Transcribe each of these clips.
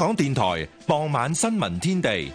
港電台傍晚新聞天地。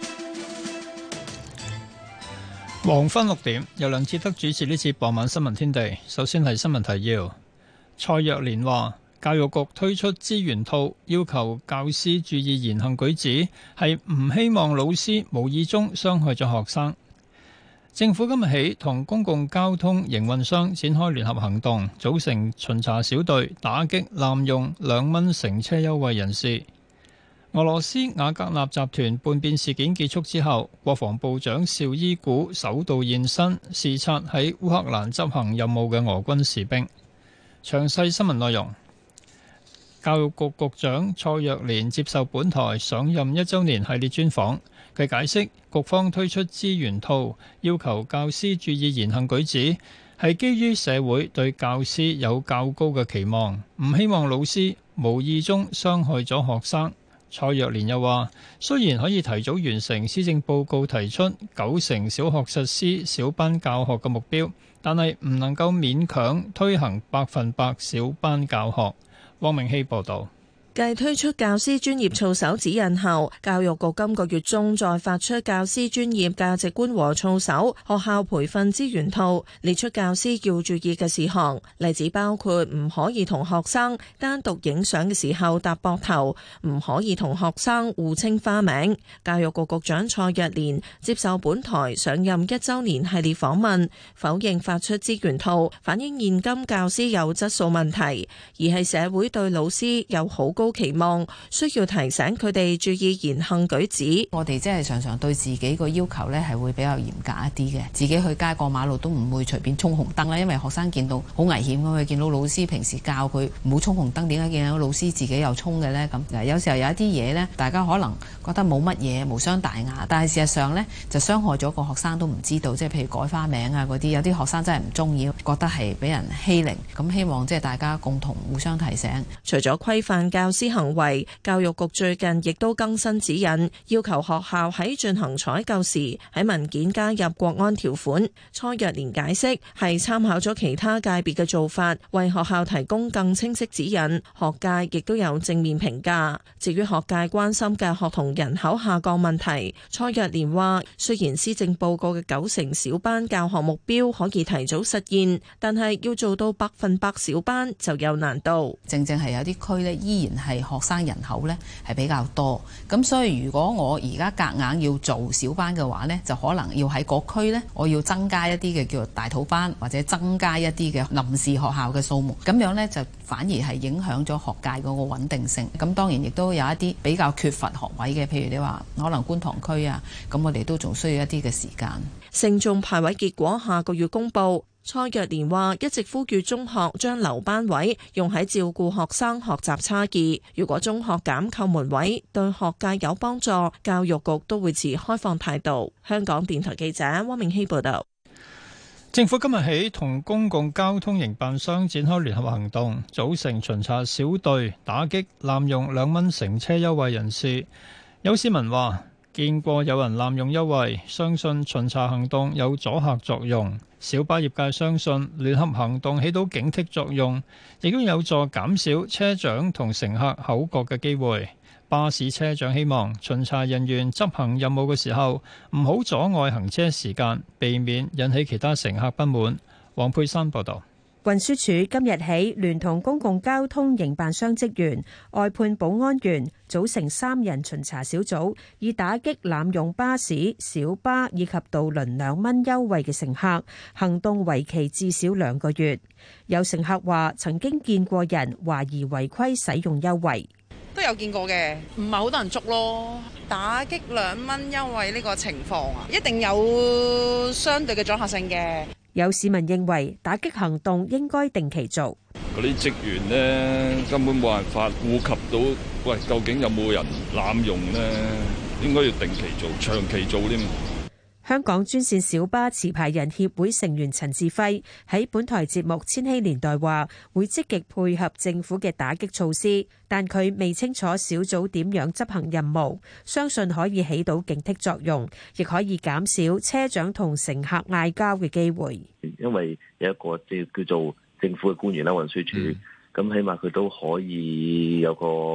黃昏6點，由梁志德主持呢次傍晚新聞天地。首先係新聞提要。蔡若蓮話，教育局推出資源套，要求教師注意言行舉止，係唔希望老師無意中傷害咗學生。政府今日起同公共交通營運商展開聯合行動，組成巡查小隊，打擊濫用2蚊乘車優惠人士。俄羅斯瓦格納集團叛變事件結束之後，國防部長紹伊古首度現身視察喺烏克蘭執行任務嘅俄軍士兵。詳細新聞內容。教育局局長蔡若蓮接受本台上任1週年系列專訪，佢解釋局方推出資源套，要求教師注意言行舉止，係基於社會對教師有較高嘅期望，唔希望老師無意中傷害咗學生。蔡若蓮又話，雖然可以提早完成施政報告提出90%小學實施小班教學嘅目標，但係唔能夠勉強推行100%小班教學。汪明希報導。 繼推出教師專業操守指引後，教育局今個月中再發出教師專業價值觀和操守學校培訓資源套，列出教師要注意嘅事項，例子包括唔可以同學生單獨影相嘅時候搭膊頭，唔可以同學生互稱花名。教育局局長蔡若蓮接受本台上任1週年系列訪問，否認發出資源套反映現今教師有質素問題，而係社會對老師有好高期望，需要提醒佢哋注意言行舉止。 我哋即係常常對自己個要求呢係會比較嚴格一啲嘅，自己去街過馬路都唔會隨便衝紅燈啦，因為學生見到好危險㗎嘛，見到老師平時教佢唔好衝紅燈，點解見到老師自己又衝嘅呢？咁有時候有一啲嘢呢，大家可能覺得冇乜嘢，無傷大雅，但係事實上呢，就傷害咗個學生都唔知道，即係譬如改花名啊嗰啲，有啲學生真係唔中意，覺得係俾人欺凌。咁希望即係大家共同互相提醒。 除咗規範教師行為，教育局最近亦都更新指引，要求學校喺進行採購時喺文件加入國安條款。蔡若蓮解釋係參考咗其他界別嘅做法，為學校提供更清晰指引。學界亦都有正面評價。至於學界關心嘅學童人口下降問題，蔡若蓮話：雖然施政報告嘅90%小班教學目標可以提早實現，但係要做到100%小班就有難度。 正係有啲區呢，依然係學生人口呢係比較多，咁所以如果我而家夾硬要做小班嘅話呢，就可能要喺各區呢，我要增加一啲嘅叫做大肚班，或者增加一啲嘅臨時學校嘅數目，咁樣呢，就反而係影響咗學界嗰個穩定性。咁當然亦都有一啲比較缺乏學位嘅，譬如你話可能觀塘區啊，咁我哋都仲需要一啲嘅時間。 升中派位結果下個月公佈。蔡若蓮話：一直呼籲中學將留班位用喺照顧學生學習差異。如果中學減扣門位對學界有幫助，教育局都會持開放態度。香港電台記者汪明希報道。 政府今日起同公共交通營辦商展開聯合行動，組成巡查小隊，打擊濫用2蚊乘車優惠人士。有市民話見過有人濫用優惠，相信巡查行動有阻嚇作用。小巴業界相信聯合行動起到警惕作用，亦都有助減少車長同乘客口角嘅機會。巴士車長希望巡查人員執行任務嘅時候唔好阻礙行車時間，避免引起其他乘客不滿。黃佩珊報導。 運輸署今日起聯同公共交通營辦商職員、外判保安員組成3人巡查小組，以打擊濫用巴士、小巴以及渡輪2蚊優惠嘅乘客。行動為期至少2個月。有乘客話曾經見過人懷疑違規使用優惠， 都有見過嘅，唔係好多人捉咯。打擊2蚊優惠呢個情況啊，一定有相對嘅阻嚇性嘅。 有市民認為打擊行動應該定期做， 嗰啲職員呢，根本冇辦法顧及到，喂，究竟有冇人濫用呢？應該要定期做，長期做添。 香港專線小巴持牌人協會成員陳志輝喺本台節目《千禧年代》話，會積極配合政府嘅打擊措施，但佢未清楚小組點樣執行任務，相信可以起到警惕作用，亦可以減少車長同乘客嗌交嘅機會。 因為有一個叫做政府嘅官員啦，運輸署，咁起碼佢都可以有個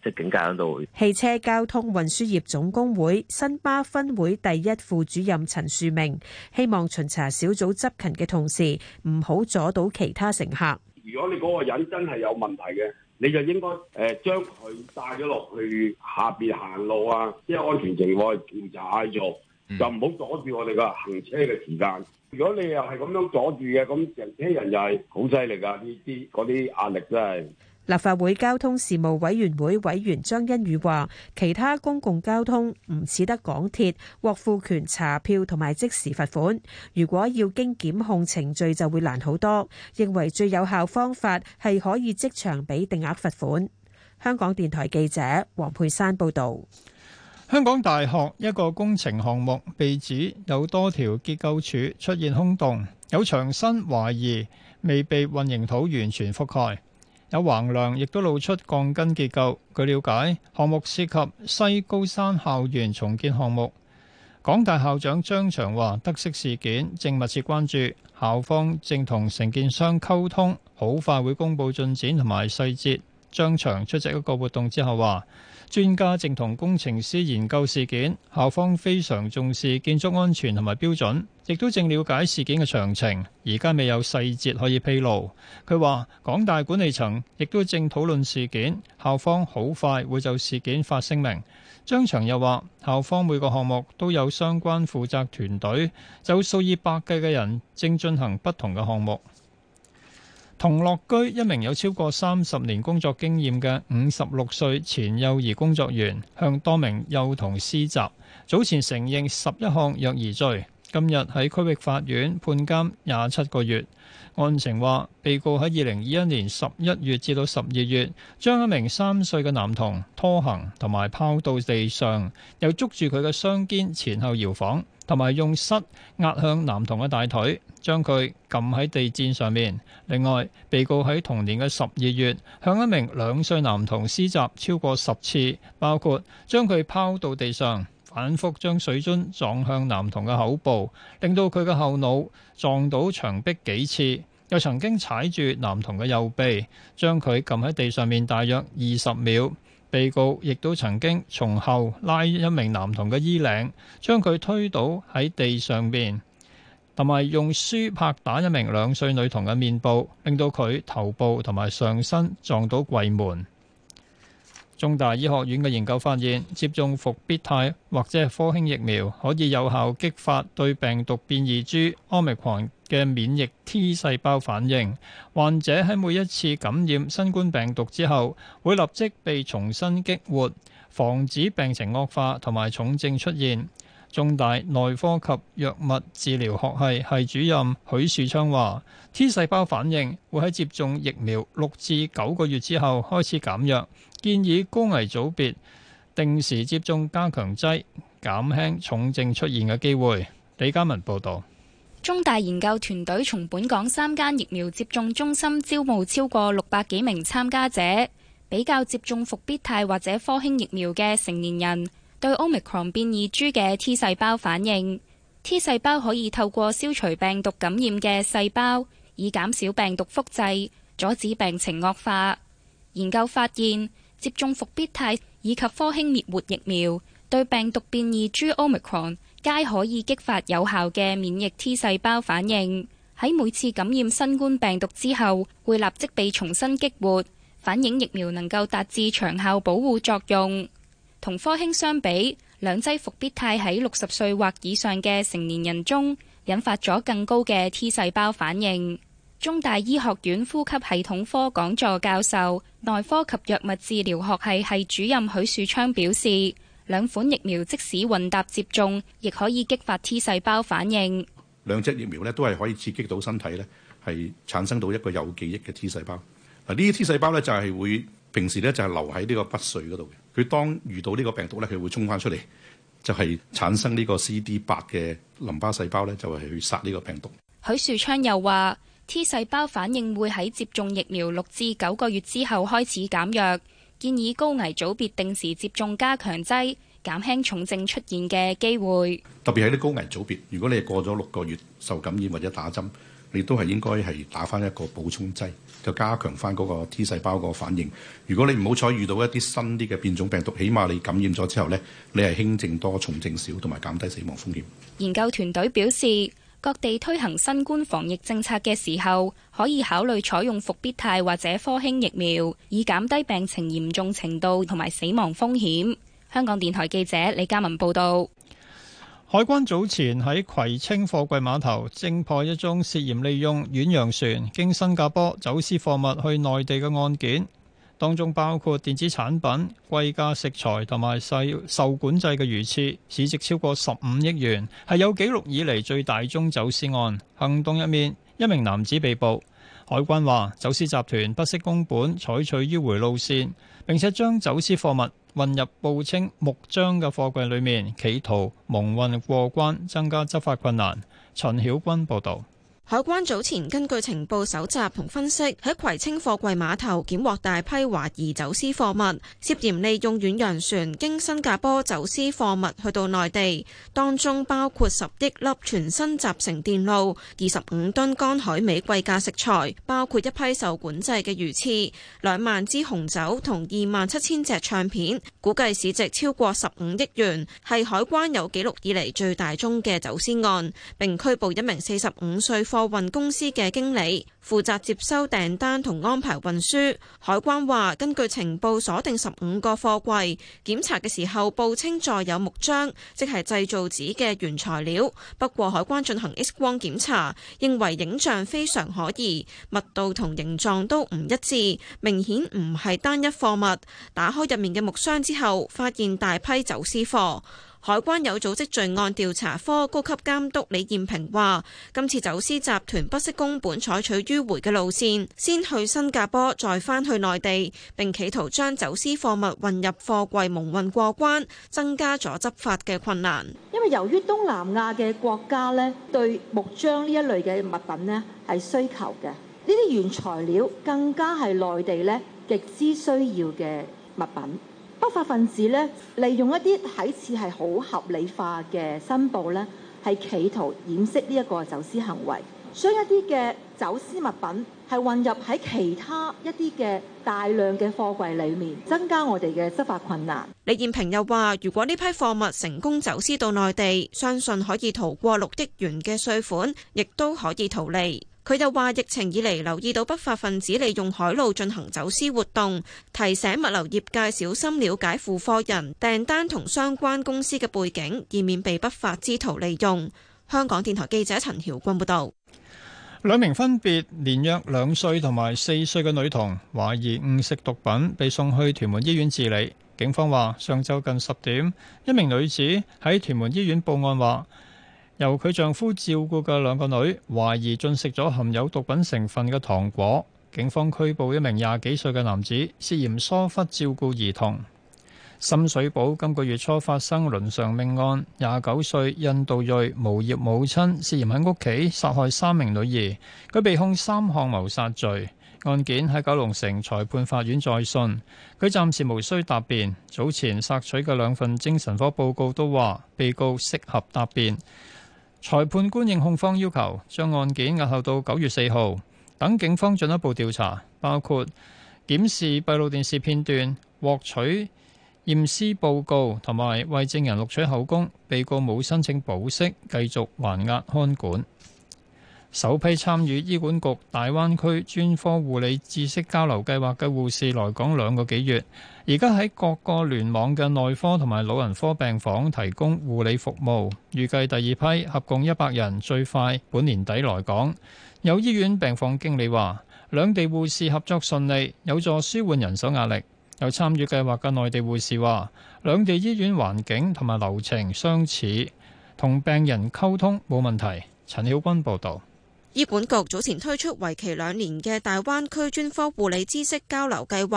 即係警戒喺度。 汽車交通運輸業總工會新巴分會第一副主任陳樹明希望巡查小組執勤嘅同時，唔好阻到其他乘客。 如果你嗰個人真係有問題嘅，你就應該將佢帶咗落去下邊行路啊，即係安全情況去調查去做，就唔好阻住我哋嘅行車嘅時間。如果你又係咁樣阻住嘅，咁成車人又係好犀利㗎，嗰啲壓力真係。 立法會交通事務委員會委員張欣宇話，其他公共交通唔似得港鐵獲賦權查票同埋即時罰款，如果要經檢控程序就會難好多。認為最有效方法係可以即場俾定額罰款。香港電台記者黃佩珊報導。 香港大學一個工程項目被指有多條結構柱出現空洞，有牆身懷疑未被混凝土完全覆蓋。有橫梁亦都露出鋼筋結構。據了解，項目涉及西高山校園重建項目。港大校長張翔話：得悉事件，正密切關注，校方正同承建商溝通，好快會公佈進展同埋細節。張翔出席一個活動之後話：專家正同工程師研究事件，校方非常重視建築安全同埋標準，亦都正了解事件嘅詳情，而家未有細節可以披露。佢話港大管理層亦都正討論事件，校方好快會就事件發聲明。張翔又話校方每個項目都有相關負責團隊，就數以百計嘅人正進行不同嘅項目。同樂居一名有超過30年工作經驗嘅56歲前幼兒工作員向多名幼童施襲，早前承認11項虐兒罪，今日喺區域法院判監27個月。案情話，被告喺2021年11月至到12月，將一名3歲嘅男童拖行同埋拋到地上，又捉住佢嘅雙肩前後搖晃，同埋用膝壓向男童嘅大腿，將佢撳喺地墊上面。另外，被告喺同年嘅12月向一名2歲男童施襲超過10次，包括將佢拋到地上，反覆將水樽撞向男童嘅口部，令到佢嘅後腦撞到牆壁幾次，又曾經踩住男童嘅右臂，將佢撳喺地上面大約20秒。被告亦都曾經從後拉一名男童嘅衣領，將佢推倒喺地上面，同埋用書拍打一名2歲女童嘅面部，令到佢頭部同埋上身撞到櫃門。中大醫學院嘅研究發現，接種復必泰或者係科興疫苗可以有效激發對病毒變異株 Omicron 嘅免疫 T 細胞反應。患者喺每一次感染新冠病毒之後，會立即被重新激活，防止病情惡化同埋重症出現。中大內科及藥物治療學系主任許樹昌話 ：T 細胞反應會喺接種疫苗6至9個月之後開始減弱，建議高危組別定時接種加強劑，減輕重症出現嘅機會。李嘉文報導。 中大研究團隊從本港3間疫苗接種中心招募超過600幾名參加者，比較接種復必泰或者科興疫苗嘅成年人對 Omicron 變異株嘅 T 細胞反應。T 細胞可以透過消除病毒感染嘅細胞，以減少病毒複製，阻止病情惡化。研究發現，接種復必泰以及科興滅活疫苗對病毒變異株 Omicron 皆可以激發有效嘅免疫 T 細胞反應，喺每次感染新冠病毒之後會立即被重新激活，反映疫苗能夠達至長效保護作用。同科興相比，2劑復必泰喺60歲或以上嘅成年人中引發咗更高嘅 T 細胞反應。中大醫學院呼吸系統科講座教授、內科及藥物治療學系主任許樹昌表示，2款疫苗即使混搭接種，亦可以激發 T 細胞反應。 2隻疫苗咧都係可以刺激到身體咧，係產生到一個有記憶嘅 T 細胞。嗱，呢啲 T 細胞咧就係會平時咧就係留喺呢個骨髓嗰度嘅。佢當遇到呢個病毒咧，佢會衝翻出嚟，就係產生呢個 CD8 嘅淋巴細胞咧，就係去殺呢個病毒。 許樹昌又話：T 細胞反應會喺接種疫苗6至9個月之後開始減弱。建議高危組別定時接種加強劑，減輕重症出現嘅機會。 特別係啲高危組別，如果你係過咗6個月受感染或者打針， 你都係應該係打翻一個補充劑，就加強翻嗰個 T 細胞個反應。如果你唔好彩遇到一啲新啲嘅變種病毒，起碼你感染咗之後呢，你係輕症多、重症少，同埋減低死亡風險。 研究團隊表示，各地推行新冠防疫政策嘅時候，可以考慮採用復必泰或者科興疫苗，以減低病情嚴重程度同埋死亡風險。香港電台記者李嘉文報道。 海關早前喺葵青貨櫃碼頭偵破一宗涉嫌利用遠洋船經新加坡走私貨物去內地嘅案件，當中包括電子產品、貴價食材同埋受管制嘅魚翅，市值超過15億元，係有紀錄以嚟最大宗走私案。行動入面，一名男子被捕。海關話，走私集團不惜工本，採取迂迴路線，並且將走私貨物運入報稱木漿嘅貨櫃裏面，企圖蒙混過關，增加執法困難。陳曉君報導。 海關早前根據情報搜集同分析，喺葵青貨櫃碼頭檢獲大批懷疑走私貨物，涉嫌利用遠洋船經新加坡走私貨物去到內地，當中包括10億粒全新集成電路、25噸乾海味貴價食材，包括一批受管制嘅魚翅、2萬支紅酒同27000隻唱片，估計市值超過15億元，係海關有紀錄以嚟最大宗嘅走私案，並拘捕一名45歲貨運公司嘅經理，負責接收訂單同安排運輸。海關話，根據情報鎖定15個貨櫃，檢查嘅時候報稱載有木漿，即係製造紙嘅原材料。不過海關進行 X 光檢查，認為影像非常可疑，密度同形狀都唔一致，明顯唔係單一貨物。打開入面嘅木箱之後，發現大批走私貨。海關有組織罪案調查科高級監督李艷平話，今次走私集團不惜工本，採取迂迴嘅路線，先去新加坡，再返去內地，並企圖將走私貨物運入貨櫃蒙混過關，增加咗執法嘅困難。 因為由於東南亞嘅國家咧，對木漿呢一類嘅物品咧係需求嘅，呢啲原材料更加係內地咧極之需要嘅物品。不法分子咧，利用一啲睇似係好合理化嘅申報咧，係企圖掩飾呢一個走私行為，將一啲嘅走私物品係混入喺其他一啲嘅大量嘅貨櫃裡面，增加我哋嘅執法困難。 李艷平又話，如果呢批貨物成功走私到內地，相信可以逃過6億元嘅稅款，亦都可以逃利。佢又話，疫情以嚟留意到不法分子利用海路進行走私活動，提醒物流業界小心了解付貨人、訂單同相關公司嘅背景，以免被不法之徒利用。香港電台記者陳曉君報導。 兩名分別年約2歲同埋4歲嘅女童，懷疑誤食毒品，被送去屯門醫院治理。警方話，上晝近10點，一名女子喺屯門醫院報案話，由佢丈夫照顧嘅2個女懷疑進食咗含有毒品成分嘅糖果，警方拘捕一名20幾歲嘅男子，涉嫌疏忽照顧兒童。深水埗今個月初發生倫常命案，29歲印度裔無業母親涉嫌喺屋企殺害3名女兒，佢被控3項謀殺罪。案件喺九龍城裁判法院再訊，佢暫時無需答辯。早前索取嘅2份精神科報告都話被告適合答辯。裁判官應控方要求，將案件押後到9月4號，等警方進一步調查，包括檢視閉路電視片段、獲取驗屍報告同埋為證人錄取口供。被告冇申請保釋，繼續還押看管。首批參與醫管局大灣區專科護理知識交流計劃嘅護士來港2個幾月，而家喺各個聯網嘅內科同埋老人科病房提供護理服務。預計第2批合共100人，最快本年底來港。有醫院病房經理話，兩地護士合作順利，有助舒緩人手壓力。有參與計劃嘅內地護士話，兩地醫院環境同埋流程相似，同病人溝通冇問題。陳曉君報導。 醫管局早前推出為期2年嘅大灣區專科護理知識交流計劃，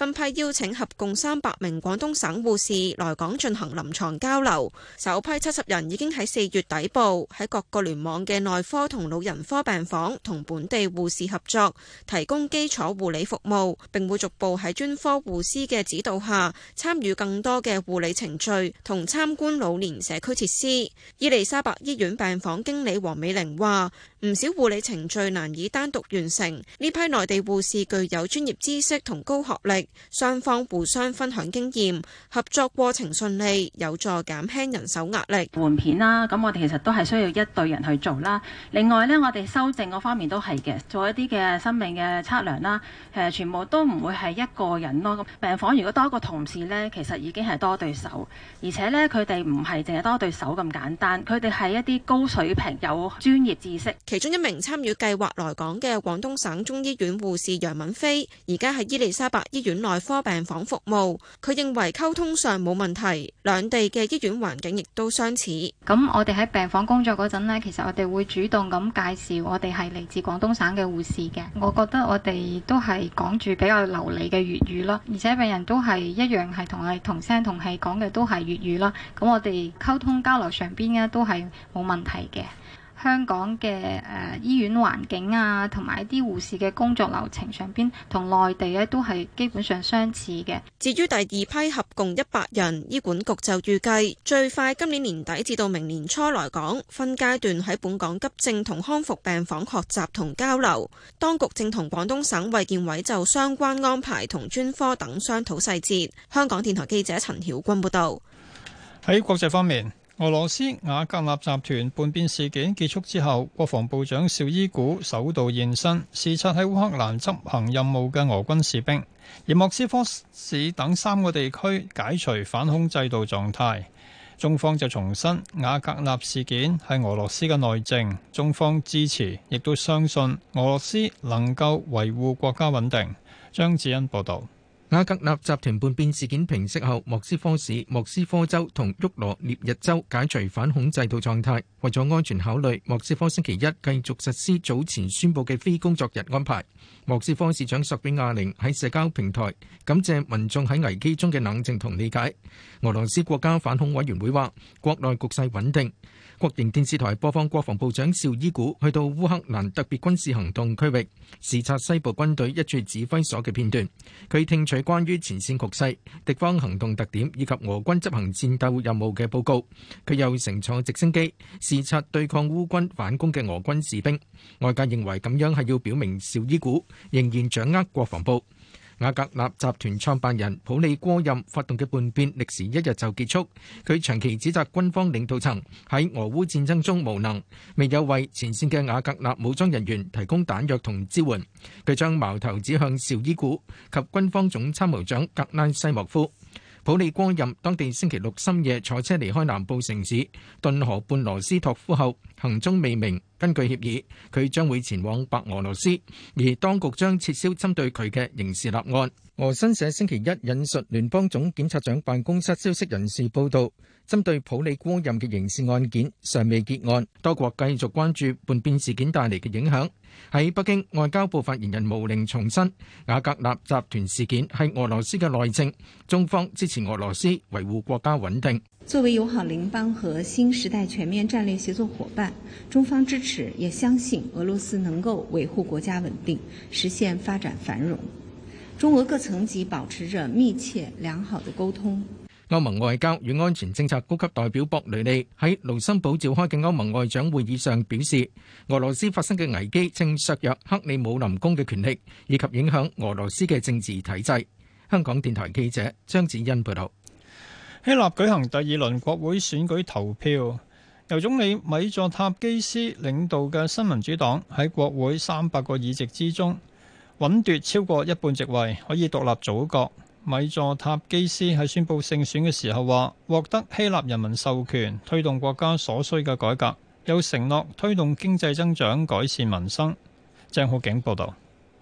分批邀請合共300名廣東省護士來港進行臨床交流。首批70人已經喺4月底埗，喺各個聯網嘅內科同老人科病房同本地護士合作，提供基礎護理服務，並會逐步喺專科護師嘅指導下參與更多嘅護理程序同參觀老年社區設施。伊利沙伯醫院病房經理黃美玲話：唔少護理程序難以單獨完成，呢批內地護士具有專業知識同高學歷，雙方互相分享經驗，合作過程順利，有助減輕人手壓力。 換片啦，咁我哋其實都係需要一隊人去做啦。另外呢，我哋修正嗰方面都係嘅，做一啲嘅生命嘅測量啦，全部都唔會係一個人咯。病房如果多一個同事呢，其實已經係多對手，而且呢，佢哋唔係淨係多對手咁簡單，佢哋係一啲高水平有專業知識。 其中一名參與計劃來港嘅廣東省中醫院護士楊敏飛，而家喺伊利沙伯醫院內科病房服務。佢認為溝通上冇問題，兩地嘅醫院環境亦都相似。 咁我哋喺病房工作嗰陣呢，其實我哋會主動咁介紹我哋係嚟自廣東省嘅護士嘅。我覺得我哋都係講住比較流利嘅粵語咯，而且病人都係一樣係同我哋同聲同氣講嘅都係粵語啦。咁我哋溝通交流上邊呢都係冇問題嘅。香港嘅醫院環境啊，同埋一啲護士嘅工作流程上邊，同內地咧都係基本上相似嘅。 至於第二批合共100人，醫管局就預計最快今年年底至到明年初來港，分階段喺本港急症同康復病房學習同交流。當局正同廣東省衛健委就相關安排同專科等商討細節。香港電台記者陳曉君報導。 喺國際方面，俄羅斯瓦格納集團叛變事件結束之後，國防部長紹伊古首度現身，視察喺烏克蘭執行任務嘅俄軍士兵。而莫斯科市等3個地區解除反恐制度狀態。中方就重申瓦格納事件係俄羅斯嘅內政，中方支持，亦都相信俄羅斯能夠維護國家穩定。張智恩報導。 瓦格納集團叛變事件平息後，莫斯科市、莫斯科州同沃羅涅日州解除反恐制度狀態。為咗安全考慮，莫斯科星期一繼續實施早前宣布嘅非工作日安排。莫斯科市長索比亞寧喺社交平台感謝民眾喺危機中嘅冷靜同理解。俄羅斯國家反恐委員會話，國內局勢穩定。國營電視台播放國防部長紹伊古去到烏克蘭特別軍事行動區域視察西部軍隊一處指揮所嘅片段。佢聽取關於前線局勢、敵方行動特點以及俄軍執行戰鬥任務嘅報告。佢又乘坐直升機視察對抗烏軍反攻嘅俄軍士兵。外界認為咁樣係要表明紹伊古仍然掌握國防部。瓦格納集團創辦人普里戈任發動嘅叛變歷時1日就結束。佢長期指責軍方領導層喺俄烏戰爭中無能，未有為前線嘅瓦格納武裝人員提供彈藥同支援。佢將矛頭指向紹伊古及軍方總參謀長格拉西莫夫。普里戈任當地星期六深夜坐車離開南部城市頓河畔羅斯托夫後，行蹤未明。根據協議，佢將會前往白俄羅斯，而當局將撤銷針對佢嘅刑事立案。俄新社星期一引述聯邦總檢察長辦公室消息人士報道，針對普里戈任嘅刑事案件尚未結案，多國繼續關注叛變事件帶嚟嘅影響。喺北京，外交部發言人毛寧重申，瓦格納集團事件係俄羅斯嘅內政，中方支持俄羅斯維護國家穩定。 作為友好鄰邦和新時代全面戰略協作夥伴，中方支持也相信俄羅斯能夠維護國家穩定，實現發展繁榮。中俄各層級保持着密切良好的溝通。 歐盟外交與安全政策高級代表博雷利喺盧森堡召開嘅歐盟外長會議上表示，俄羅斯發生嘅危機正削弱克里姆林宮嘅權力，以及影響俄羅斯嘅政治體制。香港電台記者張子欣報道。 希臘舉行第2輪國會選舉投票，由總理米佐塔基斯領導嘅新民主黨喺國會300個議席之中穩奪超過一半席位，可以獨立組閣。米佐塔基斯喺宣布勝選嘅時候話，獲得希臘人民授權推動國家所需嘅改革，又承諾推動經濟增長，改善民生。鄭浩景報道。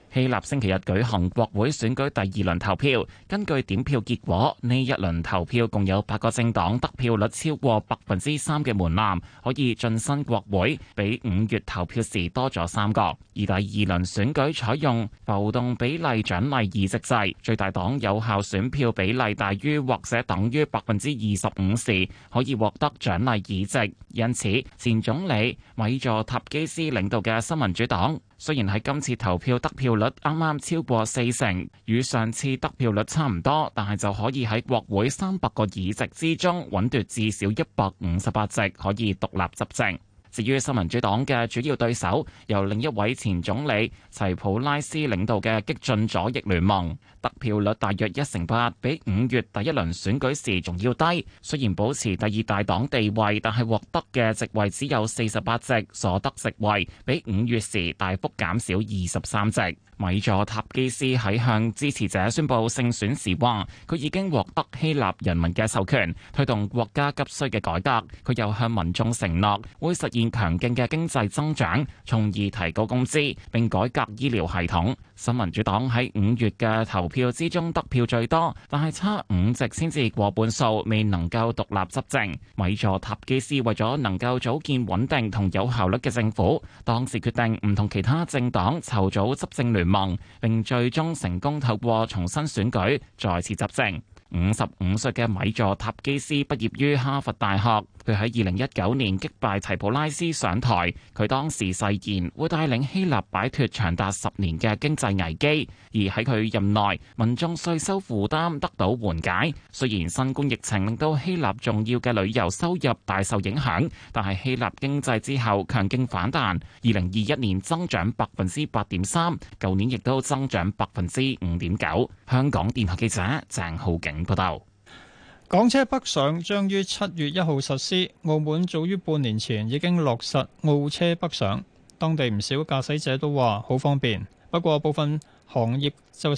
希臘星期日舉行國會選舉第2輪投票，根據點票結果，呢一輪投票共有8個政黨得票率超過3%嘅門檻，可以晉身國會，比5月投票時多咗3個。而第2輪選舉採用浮動比例獎勵議席制，最大黨有效選票比例大於或者等於25%時，可以獲得獎勵議席。因此，前總理米佐塔基斯領導嘅新民主黨，雖然喺今次投票得票率啱啱超過40%，與上次得票率差唔多，但係就可以喺國會300個議席之中穩奪至少158席，可以獨立執政。至於新民主黨嘅主要對手，由另一位前總理齊普拉斯領導嘅激進左翼聯盟，得票率大約8%，比5月第一輪選舉時仲要低。雖然保持第2大黨地位，但係獲得嘅席位只有48席，所得席位比5月時大幅減少23席。米佐塔基斯喺向支持者宣布勝選時話，佢已經獲得希臘人民嘅授權，推動國家急需嘅改革。佢又向民眾承諾會實現強勁嘅經濟增長，從而提高工資並改革醫療系統。新民主黨喺5月嘅投票之中得票最多，但係差5席先至過半數，未能夠獨立執政。米佐塔基斯為咗能夠組建穩定同有效率嘅政府，當時決定唔同其他政黨籌組執政聯盟，並最終成功透過重新選舉再次執政。55歲嘅米佐塔基斯畢業於哈佛大學，佢喺2019年擊敗齊普拉斯上台。佢當時誓言會帶領希臘擺脫長達10年嘅經濟危機，而喺佢任內，民眾稅收負擔得到緩解。雖然新冠疫情令到希臘重要嘅旅遊收入大受影響，但係希臘經濟之後強勁反彈。2021年增長8.3%，舊年亦都增長5.9%。香港電台記者鄭浩景報道。 港車北上將於7月1號實施，澳門早於半年前已經落實澳車北上，當地唔少駕駛者都話好方便。不過部分行業嘅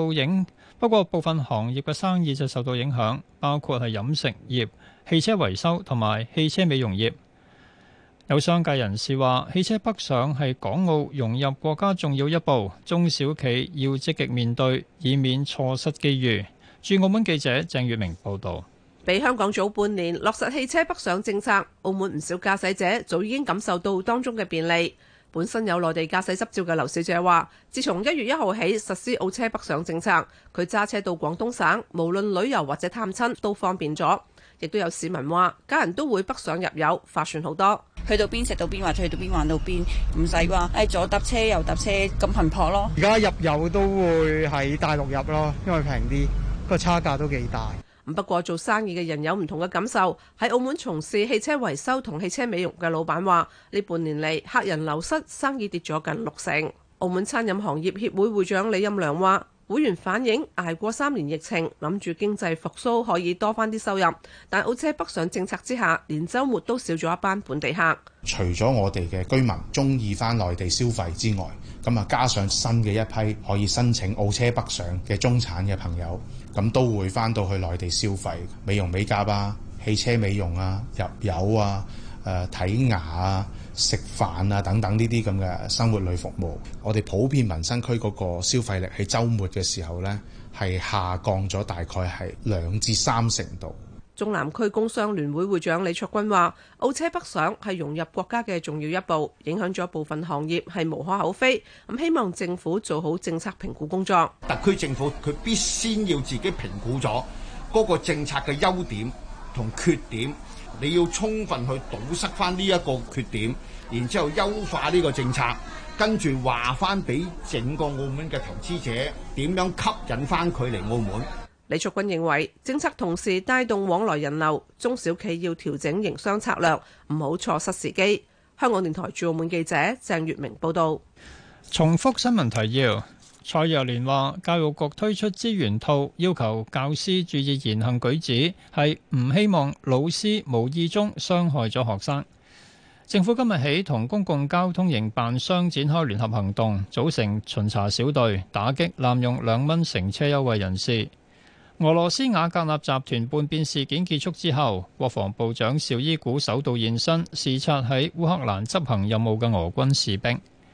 生意就受到影響，包括係飲食業、汽車維修同埋汽車美容業。有商界人士話，汽車北上係港澳融入國家重要一步，中小企要積極面對，以免錯失機遇。駐澳門記者鄭月明報導。 比香港早半年落實汽車北上政策，澳門唔少駕駛者早已經感受到當中嘅便利。本身有內地駕駛執照嘅劉小姐話，自從1月1號起實施澳車北上政策，佢揸車到廣東省，無論旅遊或者探親都方便咗。亦都有市民話，家人都會北上入油，划算好多。 去到邊食到邊，或者去到邊玩到邊，唔使話左搭車右搭車咁頻撲咯。 而家入油都會喺大陸入咯，因為平啲，個差價都幾大。 不過做生意嘅人有唔同嘅感受。喺澳門從事汽車維修同汽車美容嘅老闆話，呢半年嚟客人流失，生意跌咗近60%。澳門餐飲行業協會會長李蔭良話，會員反映捱過3年疫情，諗住經濟復甦可以多翻啲收入，但澳車北上政策之下，連週末都少咗一班本地客。 除咗我哋嘅居民中意翻內地消費之外，咁啊加上新嘅一批可以申請澳車北上嘅中產嘅朋友，咁都會翻到去內地消費，美容美甲啊、汽車美容啊、入油啊、睇牙啊、食飯啊等等呢啲咁嘅生活類服務，我哋普遍民生區嗰個消費力喺週末嘅時候呢，係下降咗大概係2至3成度。 中南區工商聯會會長李卓君話，澳車北上係融入國家嘅重要一步，影響咗部分行業係無可厚非。咁希望政府做好政策評估工作。 特區政府佢必先要自己評估咗嗰個政策嘅優點同缺點，你要充分去堵塞翻呢一個缺點，然之後優化呢個政策，跟住話翻俾整個澳門嘅投資者點樣吸引翻佢嚟澳門。 李卓君認為，政策同時帶動往來人流，中小企要調整營商策略，唔好錯失時機。香港電台駐澳門記者鄭月明報道。 重複新聞提要，蔡若蓮話，教育局推出資源套，要求教師注意言行舉止，係唔希望老師無意中傷害咗學生。政府今日起同公共交通營辦商展開聯合行動，組成巡查小隊，打擊濫用2蚊乘車優惠人士。俄羅斯瓦格納集團叛變事件結束之後，國防部長紹伊古首度現身視察喺烏克蘭執行任務嘅俄軍士兵。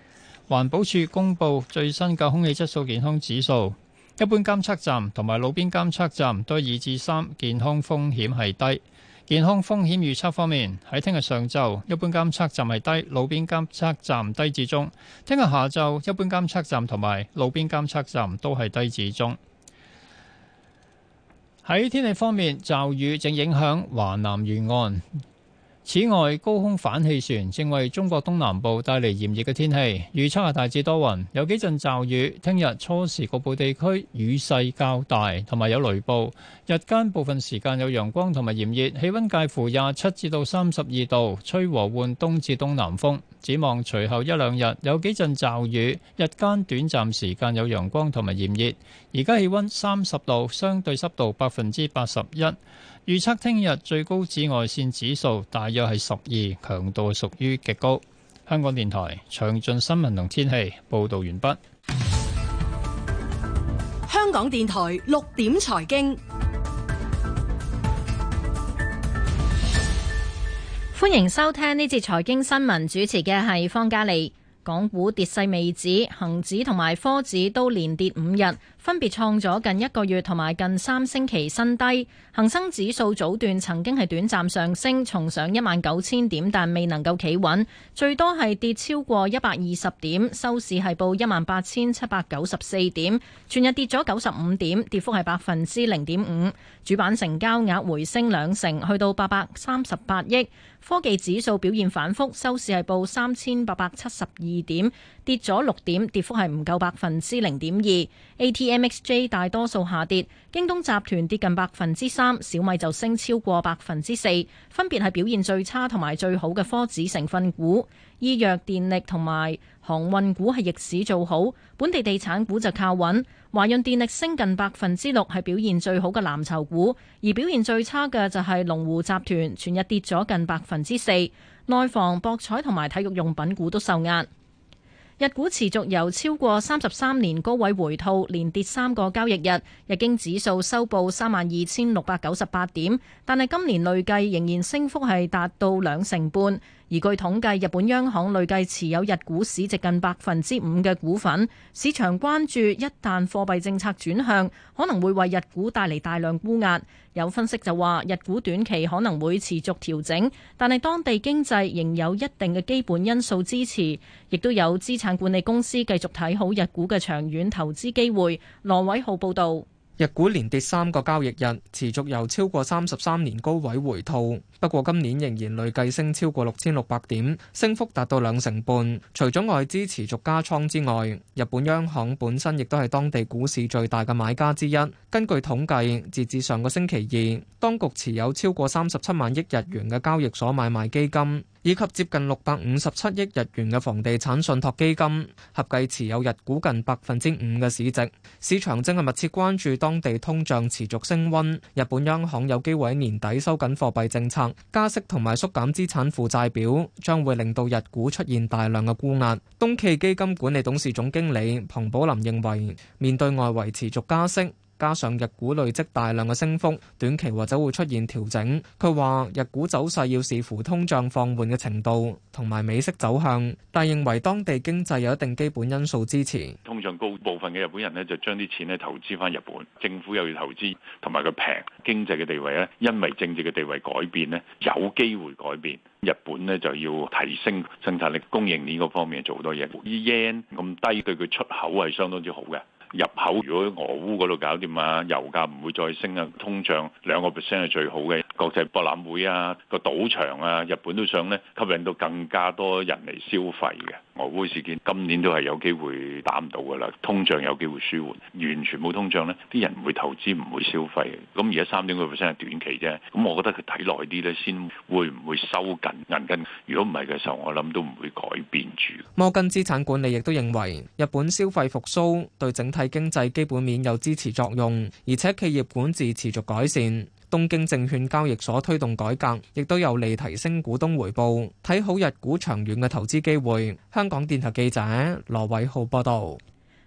環保署公布最新嘅空氣質素健康指數，一般監測站同埋路邊監測站都係2至3，健康風險係低。健康風險預測方面，喺聽日上晝，一般監測站係低，路邊監測站低至中；聽日下晝，一般監測站同埋路邊監測站都係低至中。喺天氣方面，驟雨正影響華南沿岸。此外，高空反氣旋正為中國東南部帶嚟炎熱嘅天氣，預測係大致多雲，有幾陣驟雨。聽日初時局部地區雨勢較大，同埋有雷暴。日間部分時間有陽光同埋炎熱，氣溫介乎27至到32度，吹和緩東至東南風。展望隨後一兩日有幾陣驟雨，日間短暫時間有陽光同埋炎熱。而家氣溫30度，相對濕度81%。預測聽日最高紫外線指數大約係12，強度屬於極高。香港電台詳盡新聞同天氣報導完畢。 香港電台6點財經， 歡迎收聽呢節財經新聞，主持嘅係方嘉利。港股跌勢未止，恒指同埋科指都連跌5日，分別創咗近1個月同埋近3星期新低。恒生指數早段曾經係短暫上升，重上19000點，但未能夠企穩，最多係跌超過120點，收市係報18794點，全日跌咗95點，跌幅係0.5%。主板成交額回升2成，去到838億。科技指數表現反覆，收市係報3872點，跌咗6點，跌幅係唔夠0.2%。ATMXJ 大多數下跌，京東集團跌近3%，小米就升超過4%，分別係表現最差同埋最好嘅科指成分股。醫藥、電力同埋航運股係逆市做好，本地地產股就靠穩。華潤電力升近6%，係表現最好嘅藍籌股，而表現最差嘅就係龍湖集團，全日跌咗近4%。內房、博彩同埋體育用品股都受壓。日股持續由超過33年高位回吐，連跌3個交易日。日經指數收報32698點，但係今年累計仍然升幅係達到2成半。而據統計，日本央行累計持有日股市值近5%嘅股份。市場關注一旦貨幣政策轉向，可能會為日股帶嚟大量沽壓。有分析就話，日股短期可能會持續調整，但係當地經濟仍有一定嘅基本因素支持，亦都有資產管理公司繼續睇好日股嘅長遠投資機會。羅偉浩報導。 日股連跌3個交易日，持續由超過33年高位回吐。不過今年仍然累計升超過6600點，升幅達到2成半。除咗外資持續加倉之外，日本央行本身亦都係當地股市最大嘅買家之一。根據統計，截至上個星期二，當局持有超過37萬億日元嘅交易所買賣基金，以及接近657億日元嘅房地產信託基金，合計持有日股近5%嘅市值。市場正係密切關注當地通脹持續升溫，日本央行有機會喺年底收緊貨幣政策，加息同埋縮減資產負債表，將會令到日股出現大量嘅沽壓。東驥基金管理董事總經理龐寶林認為，面對外圍持續加息，加上日股累積大量嘅升幅，短期或者會出現調整。佢話日股走勢要視乎通脹放緩嘅程度同埋美息走向，但認為當地經濟有一定基本因素支持。 通脹高，部分嘅日本人呢就將啲錢呢投資翻日本，政府又要投資，同埋佢平經濟嘅地位呢，因為政治嘅地位改變呢，有機會改變。日本呢就要提升生產力、供應鏈嗰方面做好多嘢。yen 咁低對佢出口係相當之好嘅。入口如果俄烏嗰度搞掂啊，油價唔會再升啊，通脹2%係最好嘅。國際博覽會啊，個賭場啊，日本都想咧吸引到更加多人嚟消費嘅。俄烏事件今年都係有機會打唔到噶啦，通脹有機會舒緩，完全冇通脹咧，啲人唔會投資，唔會消費。咁而家3.9%係短期啫，咁我覺得佢睇耐啲咧，先會唔會收緊銀根？如果唔係嘅時候，我諗都唔會改變住。 摩根資產管理亦都認為，日本消費復甦對整體經濟基本面有支持作用，而且企業管治持續改善。東京證券交易所推動改革，亦都有利提升股東回報，睇好日股長遠嘅投資機會。香港電台記者羅偉浩報道。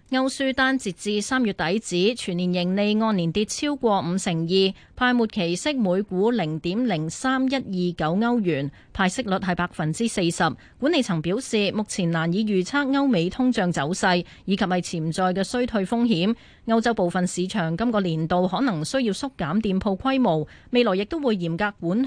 歐舒丹截至3月底止全年盈利按年跌超過52%，派末期息每股0.03129歐元，派息率係40%。管理層表示，目前難以預測歐美通脹走勢以及係潛在嘅衰退風險。歐洲部分市場今個年度可能需要縮減店鋪規模，未來亦都會嚴格管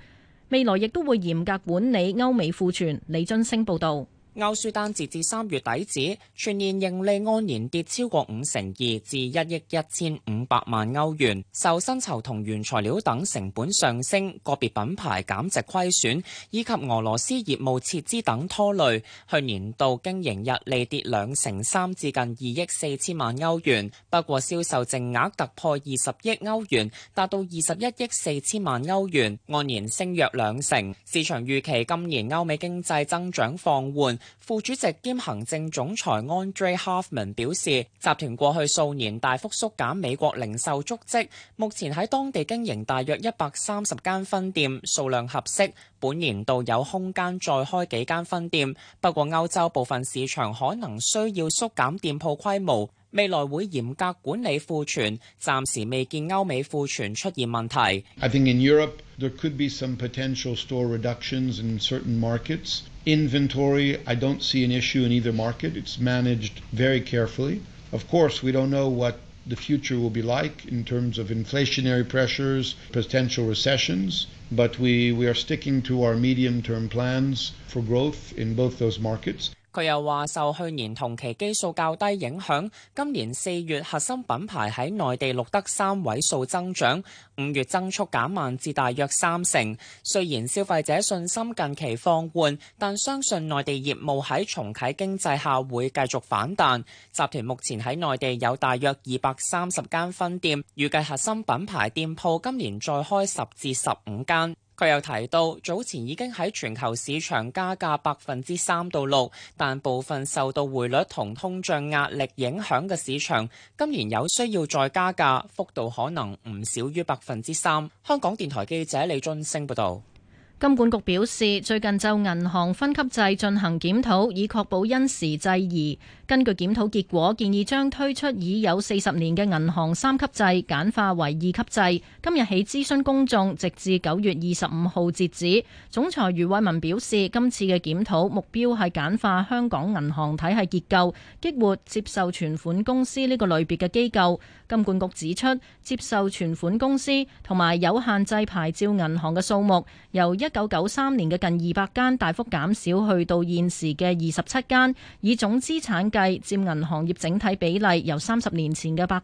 理歐美庫存。李津升報導。 歐舒丹截至3月底止，全年盈利按年跌超過52%至1億1500萬歐元，受薪酬同原材料等成本上升、個別品牌減值虧損以及俄羅斯業務撤資等拖累，去年度經營溢利跌23%至近2億4000萬歐元。不過銷售淨額突破20億歐元，達到21億4000萬歐元，按年升約2%。市場預期今年歐美經濟增長放緩。副主席兼行政總裁 Andre Hoffman 表示，集團過去數年大幅縮減美國零售足跡，目前喺當地經營大約130間分店，數量合適，本年度有空間再開幾間分店。不過歐洲部分市場可能需要縮減店鋪規模，未來會嚴格管理庫存，暫時未見歐美庫存出現問題。 I think in Europe there could be some potential store reductions in certain markets. Inventory, I don't see an issue in either market. It's managed very carefully. Of course, we don't know what the future will be like in terms of inflationary pressures, potential recessions, but we are sticking to our medium-term plans for growth in both those markets. 佢又話受去年同期基數較低影響，今年4月核心品牌喺內地錄得3位數增長，5月增速減慢至大約3%。雖然消費者信心近期放緩，但相信內地業務喺重啟經濟下會繼續反彈。集團目前喺內地有大約230間分店，預計核心品牌店鋪今年再開10至15間。佢又提到，早前已經喺全球市場加價3%到6%，但部分受到匯率同通脹壓力影響嘅市場，今年有需要再加價，幅度可能唔少於3%。香港電台記者李津升報導。 金管局表示，最近就銀行分級制進行檢討，以確保因時制宜。根據檢討結果，建議將推出已有40年嘅銀行3級制簡化為2級制。今日起諮詢公眾，直至9月25號截止。總裁余偉文表示，今次嘅檢討目標係簡化香港銀行體系結構，激活接受存款公司呢個類別嘅機構。金管局指出，接受存款公司同埋有限制牌照銀行嘅數目由1993年嘅近200間大幅減少去到現時嘅27間，以總資產計，佔銀行業整體比例由30年前嘅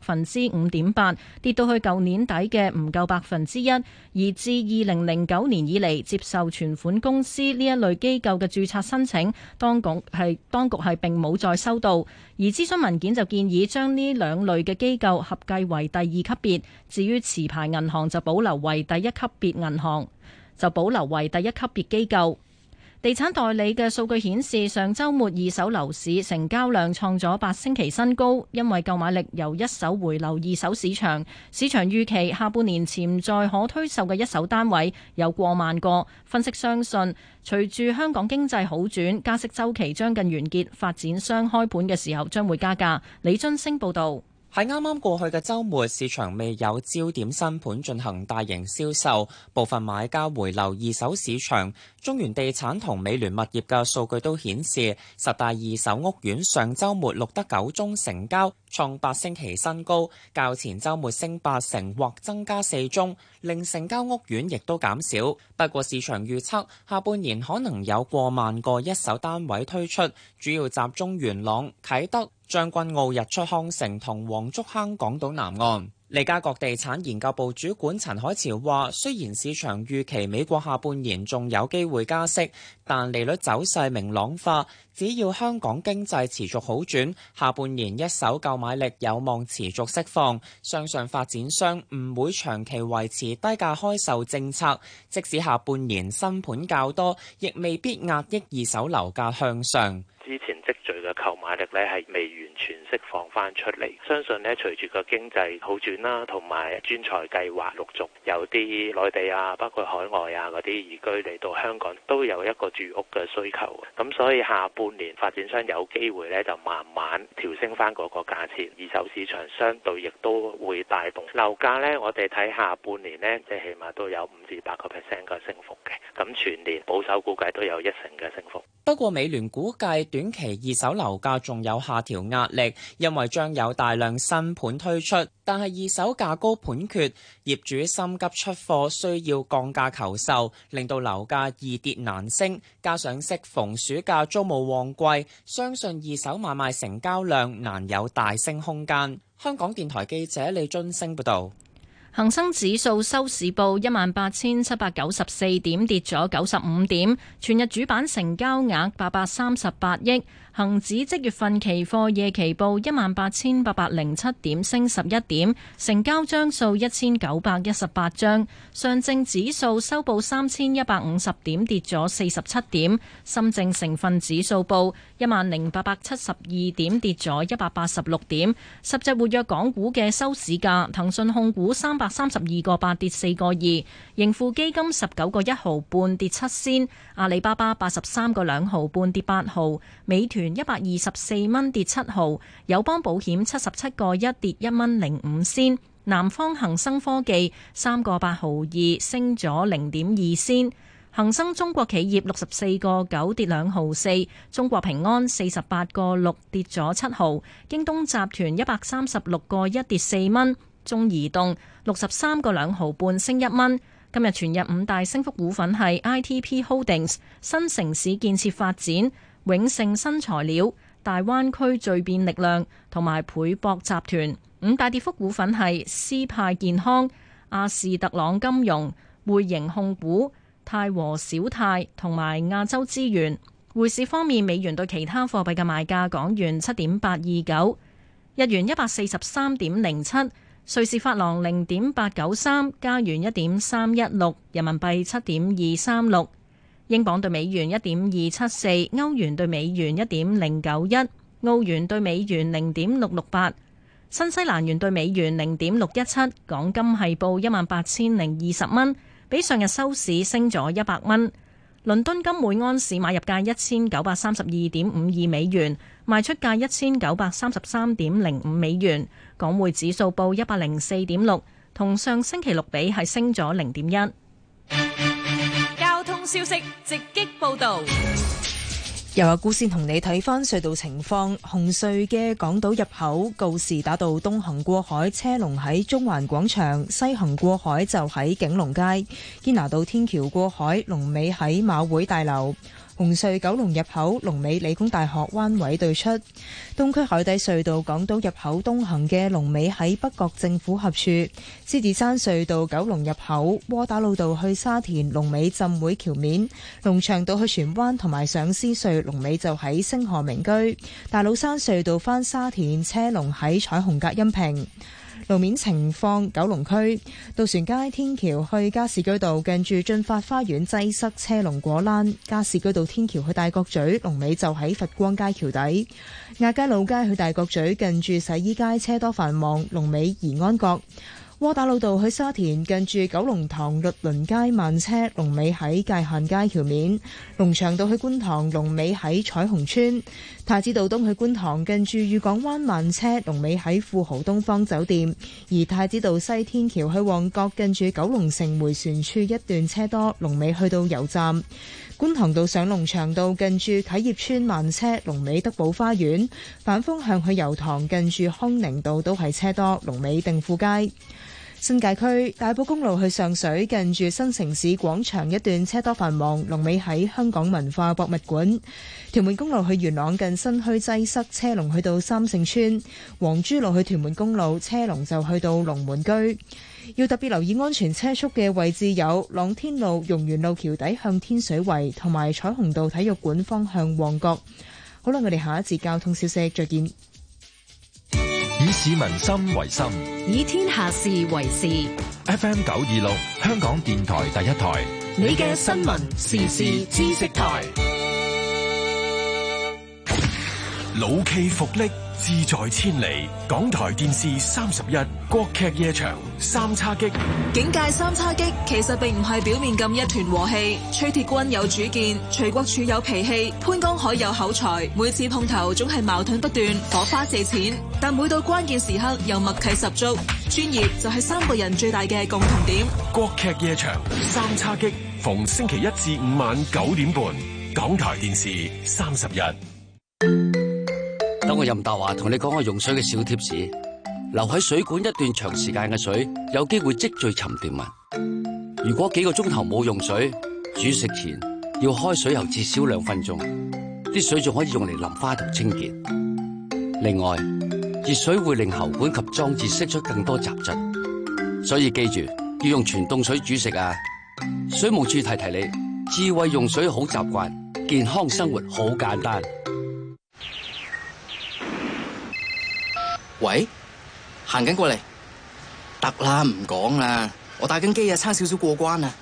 5.8%跌到去舊年底嘅唔夠1%，而自2009年以嚟接受存款公司呢一類機構嘅註冊申請，當局係並冇再收到。而諮詢文件就建議將呢兩類嘅機構合計為第2級別，至於持牌銀行就保留為第1級別銀行，就保留為第1級別機構。地產代理嘅數據顯示，上週末二手樓市成交量創咗8星期新高，因為購買力由一手回流二手市場。市場預期下半年潛在可推售嘅一手單位有過萬個。分析相信，隨住香港經濟好轉，加息週期將近完結，發展商開盤嘅時候將會加價。李津升報導。 喺啱啱過去嘅週末，市場未有焦點新盤進行大型銷售，部分買家回流二手市場。中原地產同美聯物業嘅數據都顯示，10大二手屋苑上週末錄得9宗成交，創8星期新高，較前週末升80%或增加4宗，令成交屋苑亦都減少。不過市場預測下半年可能有過萬個一手單位推出，主要集中元朗、啟德、將軍澳、日出康城同黃竹坑港島南岸。利嘉閣地產研究部主管陳海潮話，雖然市場預期美國下半年仲有機會加息，但利率走勢明朗化，只要香港經濟持續好轉，下半年一手購買力有望持續釋放。相信發展商唔會長期維持低價開售政策，即使下半年新盤較多，亦未必壓抑二手樓價向上。 之前積聚嘅購買壓力咧係未完全釋放翻出嚟。相信咧隨住個經濟好轉啦，同埋專才計劃陸續有啲內地啊，包括海外啊嗰啲移居嚟到香港，都有一個住屋嘅需求。咁所以下半年發展商有機會咧就慢慢調升翻嗰個價錢，二手市場相對亦都會帶動樓價咧。我哋睇下半年咧，即係起碼都有5至8%嘅升幅嘅。咁全年保守估計都有1成嘅升幅。 不過美聯估計短期二手樓價仲有下調壓力，因為將有大量新盤推出，但係二手價高盤缺，業主心急出貨，需要降價求售，令到樓價易跌難升。加上適逢暑假租務旺季，相信二手買賣成交量難有大升空間。香港電台記者李津升報導。 恒生指數收市報18,794點，跌咗95點。全日主板成交額838億。恒指即月份期貨夜期報18,807點，升11點，成交張數1918張。上證指數收報3150點，跌咗47點。深證成分指數報10,872點，跌咗186點。十隻活躍港股嘅收市價：騰訊控股332個8跌4個2，盈富基金19個1毫半跌7仙，阿里巴巴83個2毫半跌8毫，美團124蚊跌7毫，友邦保險77個1跌1蚊05仙，南方恒生科技3個8毫2升咗0.2仙，恒生中國企業64個9跌2毫4，中國平安48個6跌咗7毫，京東集團136個1跌4蚊，中移動63個2毫半升1蚊。今日全日5大升幅股份係 ITP Holdings、新城市建設發展、永盛新材料、大灣區聚變力量同埋倍博集團。5大跌幅股份係斯派健康、阿士特朗金融、匯盈控股、泰和小泰同埋亞洲資源。匯市方面，美元對其他貨幣嘅賣價：港元7.829，日元143.07，瑞士法郎0.893，加元1.316，人民幣7.236。英鎊對美元1.274，歐元對美元1.091，澳元對美元0.668，新西蘭元對美元0.617。港金係報18,020蚊，比上日收市升咗100蚊。倫敦金每安士買入價1932.52美元，賣出價1933.05美元。港匯指數報104.6，同上星期六比係升咗0.1。 交通消息直擊報道。 由阿姑先同你睇返隧道情況，紅隧嘅港島入口告士打道東行過海車龍喺中環廣場，西行過海就喺景隆街。堅拿道天橋過海龍尾喺馬會大樓。紅隧九龍入口龍尾理工大學灣位對出。東區海底隧道港島入口東行嘅龍尾喺北角政府合署。獅子山隧道九龍入口窩打老道去沙田龍尾浸會橋面。龍翔道去荃灣同埋上獅隧龍尾就喺星河名居。大老山隧道返沙田車龍喺彩虹隔音屏。路面情況，九龍區渡船街天橋去加士居道近住駿發花園擠塞車龍果欄，加士居道天橋去大角咀龍尾就喺佛光街橋底，亞皆老街去大角咀近住洗衣街車多繁忙，龍尾怡安閣。窩打老道去沙田近住九龍塘律倫街慢車，龍尾喺界限街橋面。龍翔道去觀塘龍尾喺彩虹村。太子道東去觀塘近住裕港灣慢車，龍尾喺富豪東方酒店。而太子道西天橋去旺角近住九龍城迴旋處一段車多，龍尾去到油站。觀塘道上龍翔道近住啟業村慢車，龍尾德寶花園。反方向去油塘近住康寧道都係車多，龍尾定富街。新界區大埔公路去上水近住新城市廣場一段車多繁忙，龍尾喺香港文化博物館。屯門公路去元朗近新墟擠塞，車龍去到三聖村。黃珠路去屯門公路車龍就去到龍門居。要特別留意安全車速嘅位置有朗天路、榕園路橋底向天水圍，同埋彩虹道體育館方向旺角。好啦，我哋下一節交通消息再見。 以市民心為心， 以天下事為事。 FM 926，香港電台第一台， 你嘅新聞時事知識台。 老驥伏櫪，志在千里。港台電視31國劇夜場三叉戟。 警界三叉戟其實並唔係表面咁一團和氣。崔鐵軍有主見，徐國柱有脾氣，潘江海有口才，每次碰頭總係矛盾不斷，火花四濺。但每到關鍵時刻又默契十足，專業就係三個人最大嘅共同點。 國劇夜場三叉戟，逢星期一至五晚9點半，港台電視31。 等我任達華同你講個用水嘅小貼士：留喺水管一段長時間嘅水，有機會積聚沉澱物。如果幾個鐘頭冇用水，煮食前要開水喉至少2分鐘，啲水仲可以用嚟淋花同清潔。另外，熱水會令喉管及裝置釋出更多雜質，所以記住要用全凍水煮食啊！水務署提提你，智慧用水好習慣，健康生活好簡單。 喂，行緊過嚟，得啦，唔講啦，我打緊機啊，差少少過關啊。